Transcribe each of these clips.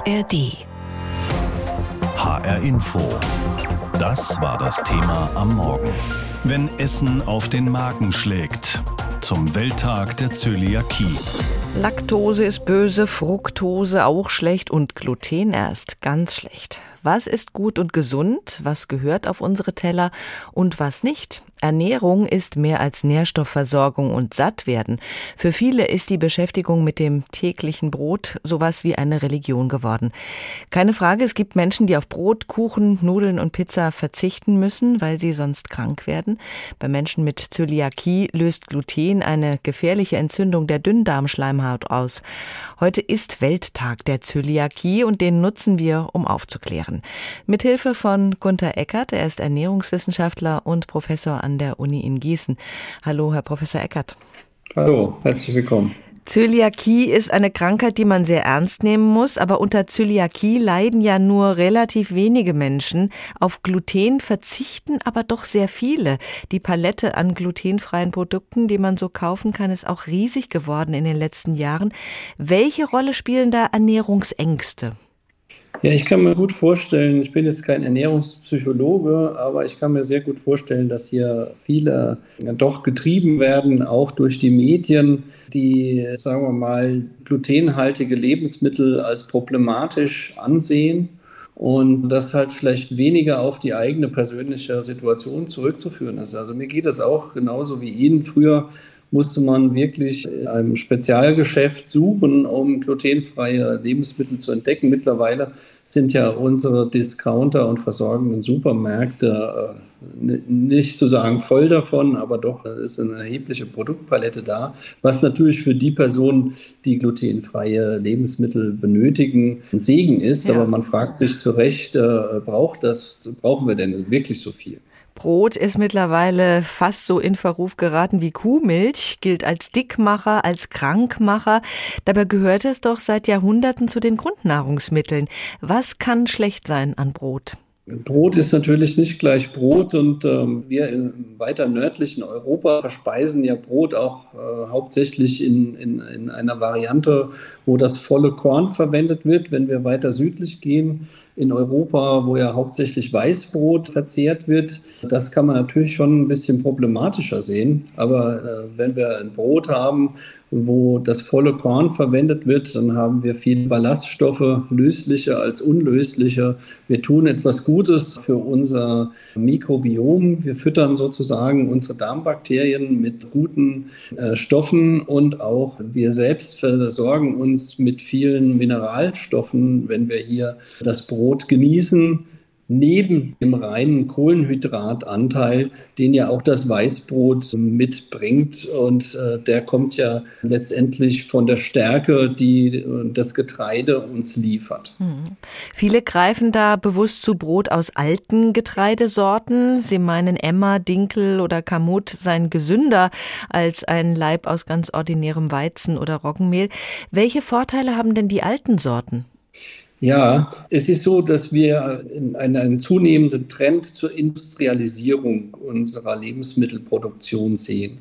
ARD. HR Info. Das war das Thema am Morgen. Wenn Essen auf den Magen schlägt. Zum Welttag der Zöliakie. Laktose ist böse, Fructose auch schlecht und Gluten erst ganz schlecht. Was ist gut und gesund? Was gehört auf unsere Teller und was nicht? Ernährung ist mehr als Nährstoffversorgung und Sattwerden. Für viele ist die Beschäftigung mit dem täglichen Brot sowas wie eine Religion geworden. Keine Frage, es gibt Menschen, die auf Brot, Kuchen, Nudeln und Pizza verzichten müssen, weil sie sonst krank werden. Bei Menschen mit Zöliakie löst Gluten eine gefährliche Entzündung der Dünndarmschleimhaut aus. Heute ist Welttag der Zöliakie und den nutzen wir, um aufzuklären. Mithilfe von Gunter Eckert, er ist Ernährungswissenschaftler und Professor an der Uni in Gießen. Hallo, Herr Professor Eckert. Hallo, herzlich willkommen. Zöliakie ist eine Krankheit, die man sehr ernst nehmen muss, aber unter Zöliakie leiden ja nur relativ wenige Menschen. Auf Gluten verzichten aber doch sehr viele. Die Palette an glutenfreien Produkten, die man so kaufen kann, ist auch riesig geworden in den letzten Jahren. Welche Rolle spielen da Ernährungsängste? Ja, ich kann mir gut vorstellen, ich bin jetzt kein Ernährungspsychologe, aber ich kann mir sehr gut vorstellen, dass hier viele doch getrieben werden, auch durch die Medien, die, sagen wir mal, glutenhaltige Lebensmittel als problematisch ansehen und das halt vielleicht weniger auf die eigene persönliche Situation zurückzuführen ist. Also mir geht es auch genauso wie Ihnen. Früher musste man wirklich in einem Spezialgeschäft suchen, um glutenfreie Lebensmittel zu entdecken. Mittlerweile sind ja unsere Discounter und versorgenden Supermärkte nicht zu sagen voll davon, aber doch ist eine erhebliche Produktpalette da, was natürlich für die Personen, die glutenfreie Lebensmittel benötigen, ein Segen ist. Ja. Aber man fragt sich zu Recht, brauchen wir denn wirklich so viel? Brot ist mittlerweile fast so in Verruf geraten wie Kuhmilch, gilt als Dickmacher, als Krankmacher. Dabei gehört es doch seit Jahrhunderten zu den Grundnahrungsmitteln. Was kann schlecht sein an Brot? Brot ist natürlich nicht gleich Brot und wir im weiter nördlichen Europa verspeisen ja Brot auch hauptsächlich in einer Variante, wo das volle Korn verwendet wird. Wenn wir weiter südlich gehen, in Europa, wo ja hauptsächlich Weißbrot verzehrt wird, das kann man natürlich schon ein bisschen problematischer sehen. Aber wenn wir ein Brot haben, wo das volle Korn verwendet wird, dann haben wir viele Ballaststoffe, lösliche als unlösliche. Wir tun etwas Gutes für unser Mikrobiom. Wir füttern sozusagen unsere Darmbakterien mit guten Stoffen und auch wir selbst versorgen uns mit vielen Mineralstoffen, wenn wir hier das Brot genießen, neben dem reinen Kohlenhydratanteil, den ja auch das Weißbrot mitbringt. Und der kommt ja letztendlich von der Stärke, die das Getreide uns liefert. Viele greifen da bewusst zu Brot aus alten Getreidesorten. Sie meinen, Emmer, Dinkel oder Kamut seien gesünder als ein Laib aus ganz ordinärem Weizen oder Roggenmehl. Welche Vorteile haben denn die alten Sorten? Ja, es ist so, dass wir einen zunehmenden Trend zur Industrialisierung unserer Lebensmittelproduktion sehen.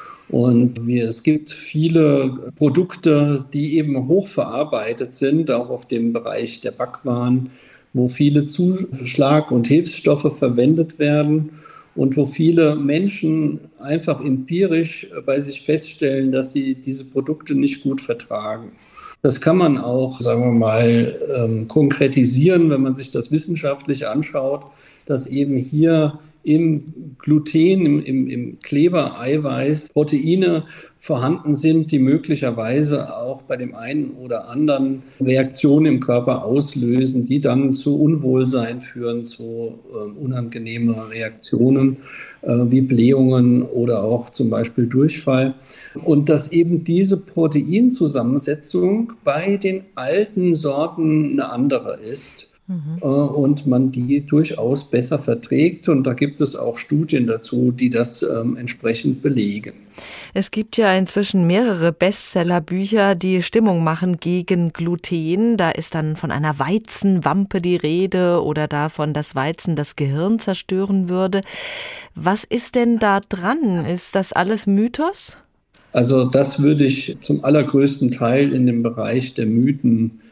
Und es gibt viele Produkte, die eben hochverarbeitet sind, auch auf dem Bereich der Backwaren, wo viele Zuschlag- und Hilfsstoffe verwendet werden und wo viele Menschen einfach empirisch bei sich feststellen, dass sie diese Produkte nicht gut vertragen. Das kann man auch, sagen wir mal, konkretisieren, wenn man sich das wissenschaftlich anschaut, dass eben hier im Gluten, im Klebereiweiß Proteine vorhanden sind, die möglicherweise auch bei dem einen oder anderen Reaktionen im Körper auslösen, die dann zu Unwohlsein führen, zu unangenehmen Reaktionen wie Blähungen oder auch zum Beispiel Durchfall. Und dass eben diese Proteinzusammensetzung bei den alten Sorten eine andere ist. Und man die durchaus besser verträgt. Und da gibt es auch Studien dazu, die das entsprechend belegen. Es gibt ja inzwischen mehrere Bestsellerbücher, die Stimmung machen gegen Gluten. Da ist dann von einer Weizenwampe die Rede oder davon, dass Weizen das Gehirn zerstören würde. Was ist denn da dran? Ist das alles Mythos? Also das würde ich zum allergrößten Teil in dem Bereich der Mythen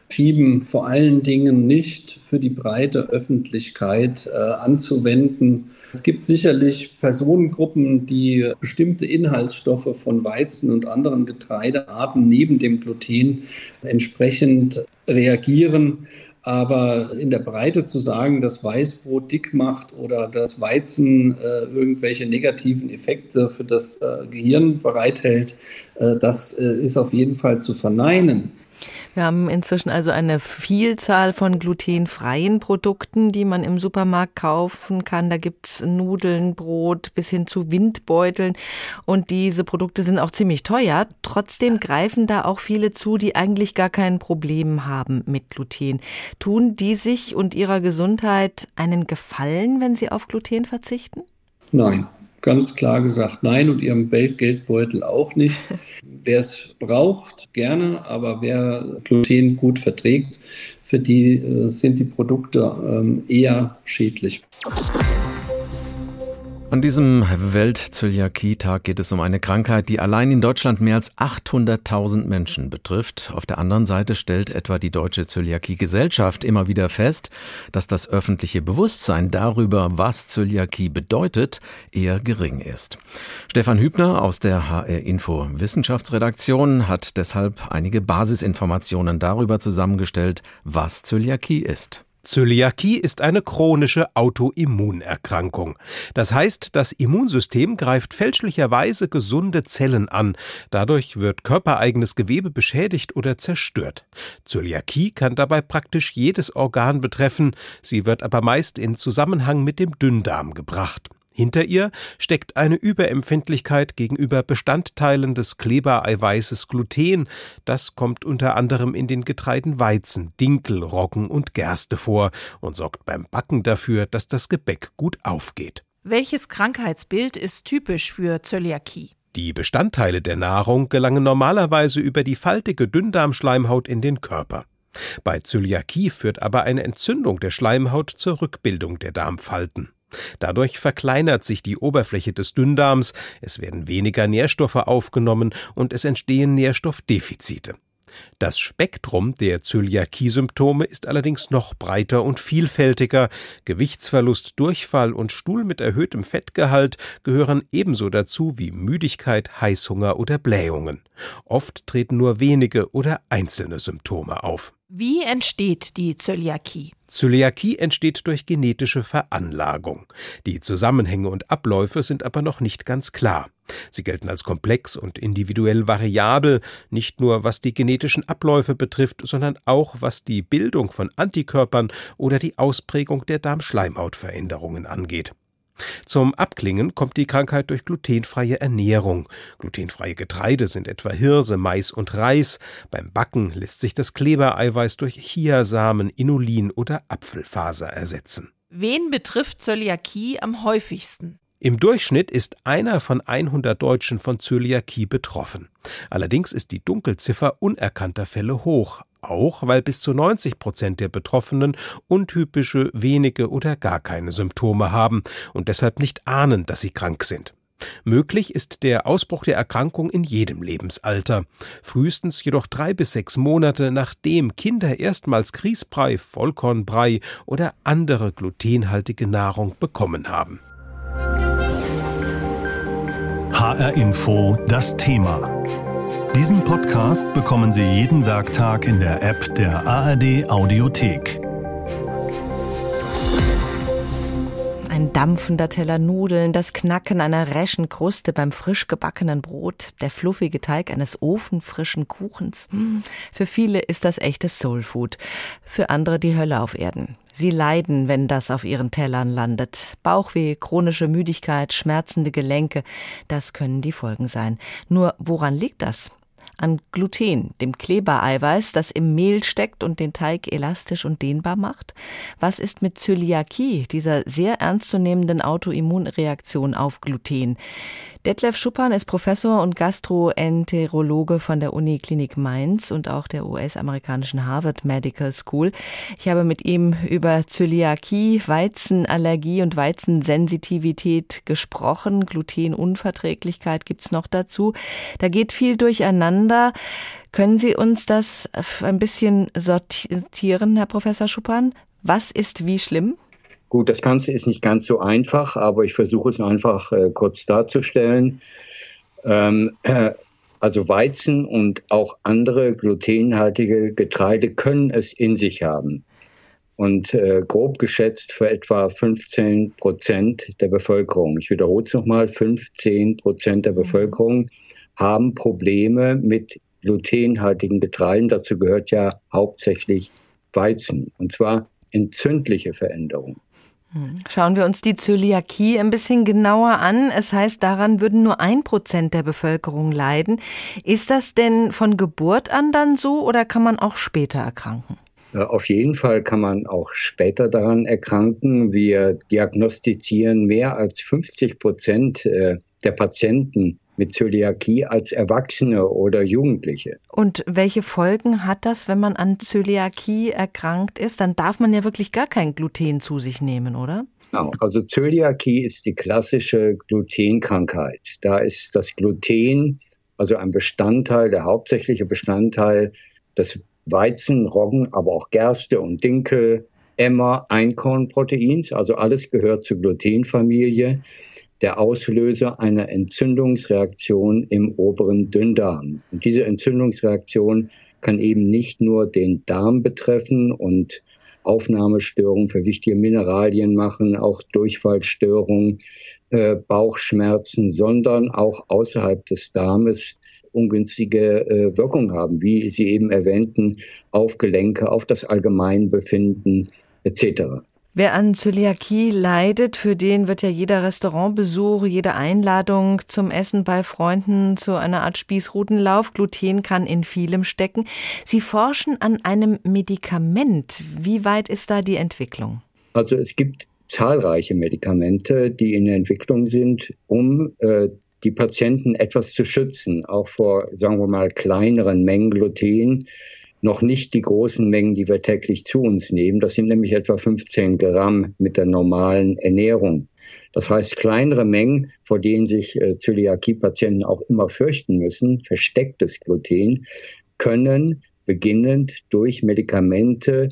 schieben, vor allen Dingen nicht für die breite Öffentlichkeit anzuwenden. Es gibt sicherlich Personengruppen, die bestimmte Inhaltsstoffe von Weizen und anderen Getreidearten neben dem Gluten entsprechend reagieren. Aber in der Breite zu sagen, dass Weißbrot dick macht oder dass Weizen irgendwelche negativen Effekte für das Gehirn bereithält, das ist auf jeden Fall zu verneinen. Wir haben inzwischen also eine Vielzahl von glutenfreien Produkten, die man im Supermarkt kaufen kann. Da gibt's Nudeln, Brot bis hin zu Windbeuteln. Und diese Produkte sind auch ziemlich teuer. Trotzdem greifen da auch viele zu, die eigentlich gar kein Problem haben mit Gluten. Tun die sich und ihrer Gesundheit einen Gefallen, wenn sie auf Gluten verzichten? Nein. Ganz klar gesagt nein und ihrem Geldbeutel auch nicht. Wer es braucht, gerne, aber wer Gluten gut verträgt, für die sind die Produkte eher schädlich. An diesem Welt-Zöliakie-Tag geht es um eine Krankheit, die allein in Deutschland mehr als 800.000 Menschen betrifft. Auf der anderen Seite stellt etwa die Deutsche Zöliakie-Gesellschaft immer wieder fest, dass das öffentliche Bewusstsein darüber, was Zöliakie bedeutet, eher gering ist. Stefan Hübner aus der HR-Info Wissenschaftsredaktion hat deshalb einige Basisinformationen darüber zusammengestellt, was Zöliakie ist. Zöliakie ist eine chronische Autoimmunerkrankung. Das heißt, das Immunsystem greift fälschlicherweise gesunde Zellen an. Dadurch wird körpereigenes Gewebe beschädigt oder zerstört. Zöliakie kann dabei praktisch jedes Organ betreffen. Sie wird aber meist in Zusammenhang mit dem Dünndarm gebracht. Hinter ihr steckt eine Überempfindlichkeit gegenüber Bestandteilen des Klebereiweißes Gluten. Das kommt unter anderem in den Getreiden Weizen, Dinkel, Roggen und Gerste vor und sorgt beim Backen dafür, dass das Gebäck gut aufgeht. Welches Krankheitsbild ist typisch für Zöliakie? Die Bestandteile der Nahrung gelangen normalerweise über die faltige Dünndarmschleimhaut in den Körper. Bei Zöliakie führt aber eine Entzündung der Schleimhaut zur Rückbildung der Darmfalten. Dadurch verkleinert sich die Oberfläche des Dünndarms, es werden weniger Nährstoffe aufgenommen und es entstehen Nährstoffdefizite. Das Spektrum der Zöliakie-Symptome ist allerdings noch breiter und vielfältiger. Gewichtsverlust, Durchfall und Stuhl mit erhöhtem Fettgehalt gehören ebenso dazu wie Müdigkeit, Heißhunger oder Blähungen. Oft treten nur wenige oder einzelne Symptome auf. Wie entsteht die Zöliakie? Zöliakie entsteht durch genetische Veranlagung. Die Zusammenhänge und Abläufe sind aber noch nicht ganz klar. Sie gelten als komplex und individuell variabel, nicht nur was die genetischen Abläufe betrifft, sondern auch was die Bildung von Antikörpern oder die Ausprägung der Darmschleimhautveränderungen angeht. Zum Abklingen kommt die Krankheit durch glutenfreie Ernährung. Glutenfreie Getreide sind etwa Hirse, Mais und Reis. Beim Backen lässt sich das Klebereiweiß durch Chiasamen, Inulin oder Apfelfaser ersetzen. Wen betrifft Zöliakie am häufigsten? Im Durchschnitt ist einer von 100 Deutschen von Zöliakie betroffen. Allerdings ist die Dunkelziffer unerkannter Fälle hoch, auch weil bis zu 90% der Betroffenen untypische, wenige oder gar keine Symptome haben und deshalb nicht ahnen, dass sie krank sind. Möglich ist der Ausbruch der Erkrankung in jedem Lebensalter, frühestens jedoch 3 bis 6 Monate, nachdem Kinder erstmals Grießbrei, Vollkornbrei oder andere glutenhaltige Nahrung bekommen haben. HR Info, das Thema. Diesen Podcast bekommen Sie jeden Werktag in der App der ARD Audiothek. Ein dampfender Teller Nudeln, das Knacken einer reschen Kruste beim frisch gebackenen Brot, der fluffige Teig eines ofenfrischen Kuchens. Für viele ist das echtes Soulfood, für andere die Hölle auf Erden. Sie leiden, wenn das auf ihren Tellern landet. Bauchweh, chronische Müdigkeit, schmerzende Gelenke, das können die Folgen sein. Nur woran liegt das? An Gluten, dem Klebereiweiß, das im Mehl steckt und den Teig elastisch und dehnbar macht? Was ist mit Zöliakie, dieser sehr ernstzunehmenden Autoimmunreaktion auf Gluten? Detlef Schuppan ist Professor und Gastroenterologe von der Uniklinik Mainz und auch der US-amerikanischen Harvard Medical School. Ich habe mit ihm über Zöliakie, Weizenallergie und Weizensensitivität gesprochen. Glutenunverträglichkeit gibt's noch dazu. Da geht viel durcheinander. Können Sie uns das ein bisschen sortieren, Herr Professor Schuppan? Was ist wie schlimm? Gut, das Ganze ist nicht ganz so einfach, aber ich versuche es einfach kurz darzustellen. Also Weizen und auch andere glutenhaltige Getreide können es in sich haben. Und grob geschätzt für etwa 15% der Bevölkerung. Ich wiederhole es nochmal, 15% der Bevölkerung haben Probleme mit glutenhaltigen Getreiden. Dazu gehört ja hauptsächlich Weizen, und zwar entzündliche Veränderungen. Schauen wir uns die Zöliakie ein bisschen genauer an. Es heißt, daran würden nur 1% der Bevölkerung leiden. Ist das denn von Geburt an dann so oder kann man auch später erkranken? Auf jeden Fall kann man auch später daran erkranken. Wir diagnostizieren mehr als 50% der Patienten mit Zöliakie als Erwachsene oder Jugendliche. Und welche Folgen hat das, wenn man an Zöliakie erkrankt ist? Dann darf man ja wirklich gar kein Gluten zu sich nehmen, oder? Genau. Also Zöliakie ist die klassische Glutenkrankheit. Da ist das Gluten, also ein Bestandteil, der hauptsächliche Bestandteil des Weizen, Roggen, aber auch Gerste und Dinkel, Emmer, Einkornproteins, also alles gehört zur Glutenfamilie, der Auslöser einer Entzündungsreaktion im oberen Dünndarm. Und diese Entzündungsreaktion kann eben nicht nur den Darm betreffen und Aufnahmestörungen für wichtige Mineralien machen, auch Durchfallstörungen, Bauchschmerzen, sondern auch außerhalb des Darmes ungünstige Wirkungen haben, wie Sie eben erwähnten, auf Gelenke, auf das Allgemeinbefinden etc. Wer an Zöliakie leidet, für den wird ja jeder Restaurantbesuch, jede Einladung zum Essen bei Freunden zu einer Art Spießrutenlauf. Gluten kann in vielem stecken. Sie forschen an einem Medikament. Wie weit ist da die Entwicklung? Also es gibt zahlreiche Medikamente, die in der Entwicklung sind, um die Patienten etwas zu schützen, auch vor, sagen wir mal, kleineren Mengen Gluten, noch nicht die großen Mengen, die wir täglich zu uns nehmen. Das sind nämlich etwa 15 Gramm mit der normalen Ernährung. Das heißt, kleinere Mengen, vor denen sich Zöliakie-Patienten auch immer fürchten müssen, verstecktes Gluten, können beginnend durch Medikamente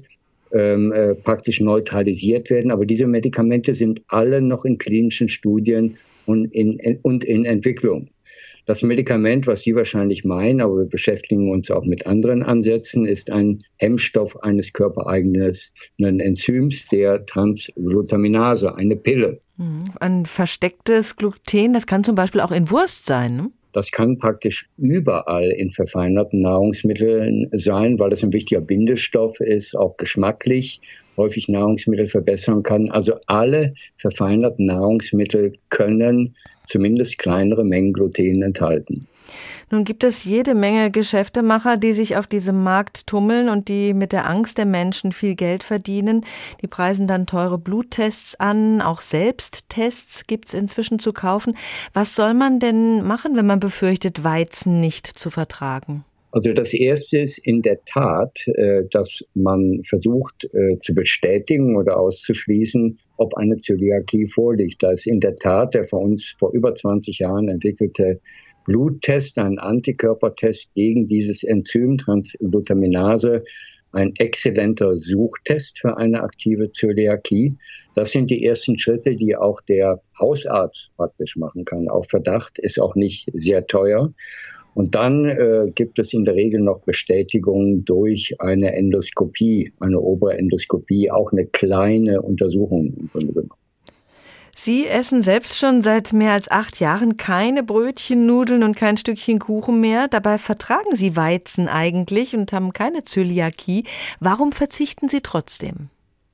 praktisch neutralisiert werden. Aber diese Medikamente sind alle noch in klinischen Studien und in Entwicklung. Das Medikament, was Sie wahrscheinlich meinen, aber wir beschäftigen uns auch mit anderen Ansätzen, ist ein Hemmstoff eines körpereigenen Enzyms, der Transglutaminase, eine Pille. Ein verstecktes Gluten, das kann zum Beispiel auch in Wurst sein, ne? Das kann praktisch überall in verfeinerten Nahrungsmitteln sein, weil es ein wichtiger Bindestoff ist, auch geschmacklich häufig Nahrungsmittel verbessern kann. Also alle verfeinerten Nahrungsmittel können zumindest kleinere Mengen Gluten enthalten. Nun gibt es jede Menge Geschäftemacher, die sich auf diesem Markt tummeln und die mit der Angst der Menschen viel Geld verdienen. Die preisen dann teure Bluttests an, auch Selbsttests gibt es inzwischen zu kaufen. Was soll man denn machen, wenn man befürchtet, Weizen nicht zu vertragen? Also das Erste ist in der Tat, dass man versucht zu bestätigen oder auszuschließen, ob eine Zöliakie vorliegt. Da ist in der Tat der von uns vor über 20 Jahren entwickelte Bluttest, ein Antikörpertest gegen dieses Enzym Transglutaminase, ein exzellenter Suchtest für eine aktive Zöliakie. Das sind die ersten Schritte, die auch der Hausarzt praktisch machen kann. Auf Verdacht ist auch nicht sehr teuer. Und dann gibt es in der Regel noch Bestätigung durch eine Endoskopie, eine obere Endoskopie, auch eine kleine Untersuchung im Grunde genommen. Sie essen selbst schon seit mehr als 8 Jahren keine Brötchen, Nudeln und kein Stückchen Kuchen mehr. Dabei vertragen Sie Weizen eigentlich und haben keine Zöliakie. Warum verzichten Sie trotzdem?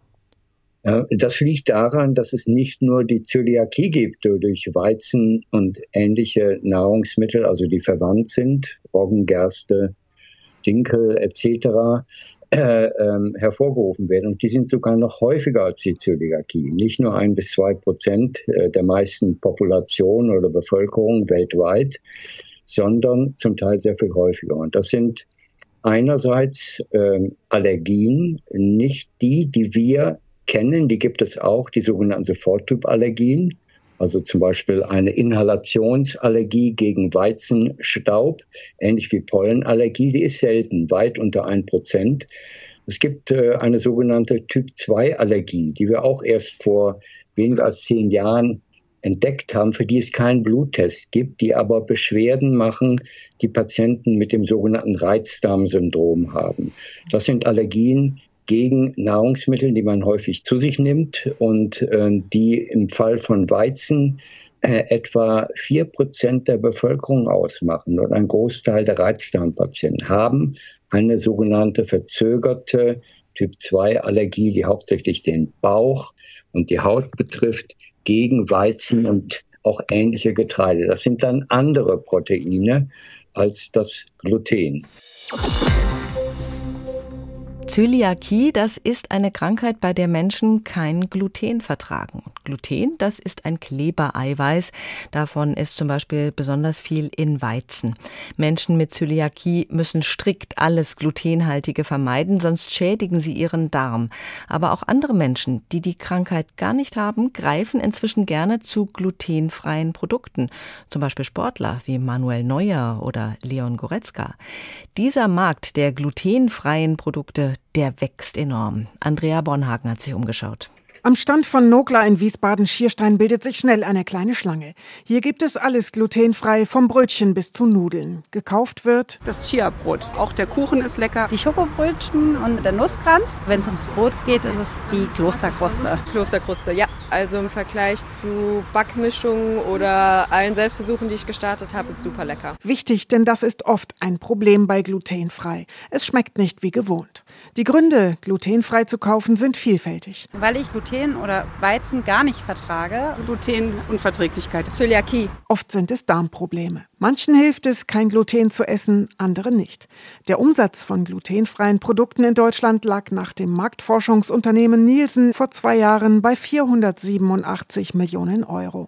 Das liegt daran, dass es nicht nur die Zöliakie gibt, die durch Weizen und ähnliche Nahrungsmittel, also die verwandt sind, Roggen, Gerste, Dinkel etc., hervorgerufen werden. Und die sind sogar noch häufiger als die Zöliakie. Nicht nur 1-2% der meisten Population oder Bevölkerung weltweit, sondern zum Teil sehr viel häufiger. Und das sind einerseits Allergien, nicht die wir kennen, die gibt es auch, die sogenannten Soforttyp-Allergien, Also zum Beispiel eine Inhalationsallergie gegen Weizenstaub, ähnlich wie Pollenallergie, die ist selten, weit unter 1%. Es gibt eine sogenannte Typ-2-Allergie, die wir auch erst vor weniger als 10 Jahren entdeckt haben, für die es keinen Bluttest gibt, die aber Beschwerden machen, die Patienten mit dem sogenannten Reizdarmsyndrom haben. Das sind Allergien gegen Nahrungsmittel, die man häufig zu sich nimmt und die im Fall von Weizen etwa 4% der Bevölkerung ausmachen. Und ein Großteil der Reizdarmpatienten haben eine sogenannte verzögerte Typ-2-Allergie, die hauptsächlich den Bauch und die Haut betrifft, gegen Weizen und auch ähnliche Getreide. Das sind dann andere Proteine als das Gluten. Zöliakie, das ist eine Krankheit, bei der Menschen kein Gluten vertragen. Gluten, das ist ein Klebereiweiß. Davon ist zum Beispiel besonders viel in Weizen. Menschen mit Zöliakie müssen strikt alles Glutenhaltige vermeiden, sonst schädigen sie ihren Darm. Aber auch andere Menschen, die die Krankheit gar nicht haben, greifen inzwischen gerne zu glutenfreien Produkten. Zum Beispiel Sportler wie Manuel Neuer oder Leon Goretzka. Dieser Markt der glutenfreien Produkte, der wächst enorm. Andrea Bonhagen hat sich umgeschaut. Am Stand von Nogla in Wiesbaden-Schierstein bildet sich schnell eine kleine Schlange. Hier gibt es alles glutenfrei, vom Brötchen bis zu Nudeln. Gekauft wird das Chia-Brot. Auch der Kuchen ist lecker. Die Schokobrötchen und der Nusskranz. Wenn es ums Brot geht, ist es die Klosterkruste. Klosterkruste, ja. Also im Vergleich zu Backmischungen oder allen Selbstversuchen, die ich gestartet habe, ist super lecker. Wichtig, denn das ist oft ein Problem bei glutenfrei. Es schmeckt nicht wie gewohnt. Die Gründe, glutenfrei zu kaufen, sind vielfältig. Weil ich Gluten oder Weizen gar nicht vertrage. Glutenunverträglichkeit, Zöliakie. Oft sind es Darmprobleme. Manchen hilft es, kein Gluten zu essen, anderen nicht. Der Umsatz von glutenfreien Produkten in Deutschland lag nach dem Marktforschungsunternehmen Nielsen vor 2 Jahren bei 487 Millionen Euro.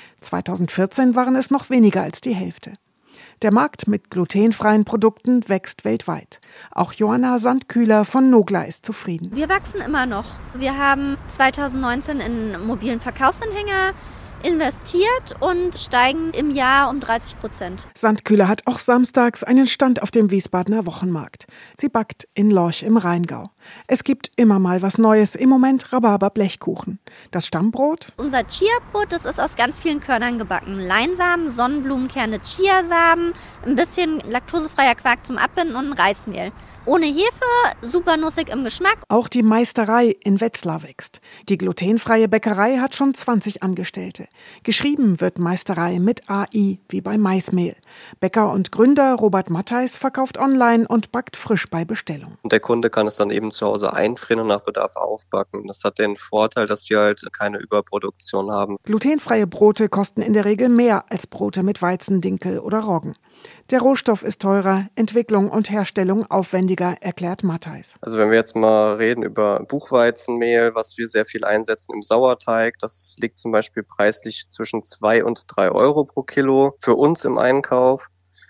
2014 waren es noch weniger als die Hälfte. Der Markt mit glutenfreien Produkten wächst weltweit. Auch Johanna Sandkühler von Nogla ist zufrieden. Wir wachsen immer noch. Wir haben 2019 in mobilen Verkaufsanhänger investiert und steigen im Jahr um 30%. Sandkühler hat auch samstags einen Stand auf dem Wiesbadener Wochenmarkt. Sie backt in Lorch im Rheingau. Es gibt immer mal was Neues, im Moment Rhabarber-Blechkuchen. Das Stammbrot? Unser Chia-Brot, das ist aus ganz vielen Körnern gebacken. Leinsamen, Sonnenblumenkerne, Chiasamen, ein bisschen laktosefreier Quark zum Abbinden und ein Reismehl. Ohne Hefe, super nussig im Geschmack. Auch die Meisterei in Wetzlar wächst. Die glutenfreie Bäckerei hat schon 20 Angestellte. Geschrieben wird Meisterei mit AI, wie bei Maismehl. Bäcker und Gründer Robert Mattheis verkauft online und backt frisch bei Bestellung. Und der Kunde kann es dann eben zu Hause einfrieren und nach Bedarf aufbacken. Das hat den Vorteil, dass wir halt keine Überproduktion haben. Glutenfreie Brote kosten in der Regel mehr als Brote mit Weizen, Dinkel oder Roggen. Der Rohstoff ist teurer, Entwicklung und Herstellung aufwendiger, erklärt Mattheis. Also wenn wir jetzt mal reden über Buchweizenmehl, was wir sehr viel einsetzen im Sauerteig, das liegt zum Beispiel preislich zwischen 2 und 3 Euro pro Kilo für uns im Einkauf.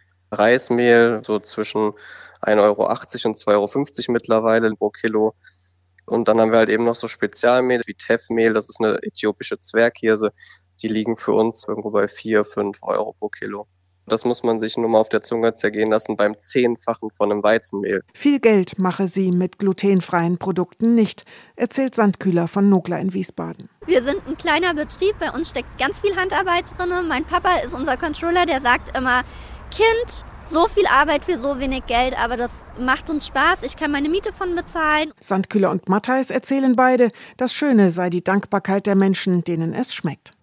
Reismehl so zwischen 1,80 Euro und 2,50 Euro mittlerweile pro Kilo. Und dann haben wir halt eben noch so Spezialmehl wie Teffmehl, das ist eine äthiopische Zwerghirse, die liegen für uns irgendwo bei 4, 5 Euro pro Kilo. Das muss man sich nur mal auf der Zunge zergehen lassen beim 10-fachen von einem Weizenmehl. Viel Geld mache sie mit glutenfreien Produkten nicht, erzählt Sandkühler von Nogla in Wiesbaden. Wir sind ein kleiner Betrieb, bei uns steckt ganz viel Handarbeit drin. Mein Papa ist unser Controller, der sagt immer, Kind, so viel Arbeit für so wenig Geld, aber das macht uns Spaß, ich kann meine Miete von bezahlen. Sandkühler und Mattheis erzählen beide, das Schöne sei die Dankbarkeit der Menschen, denen es schmeckt.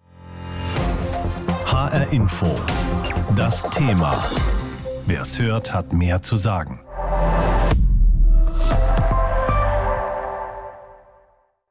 HR Info. Das Thema. Wer es hört, hat mehr zu sagen.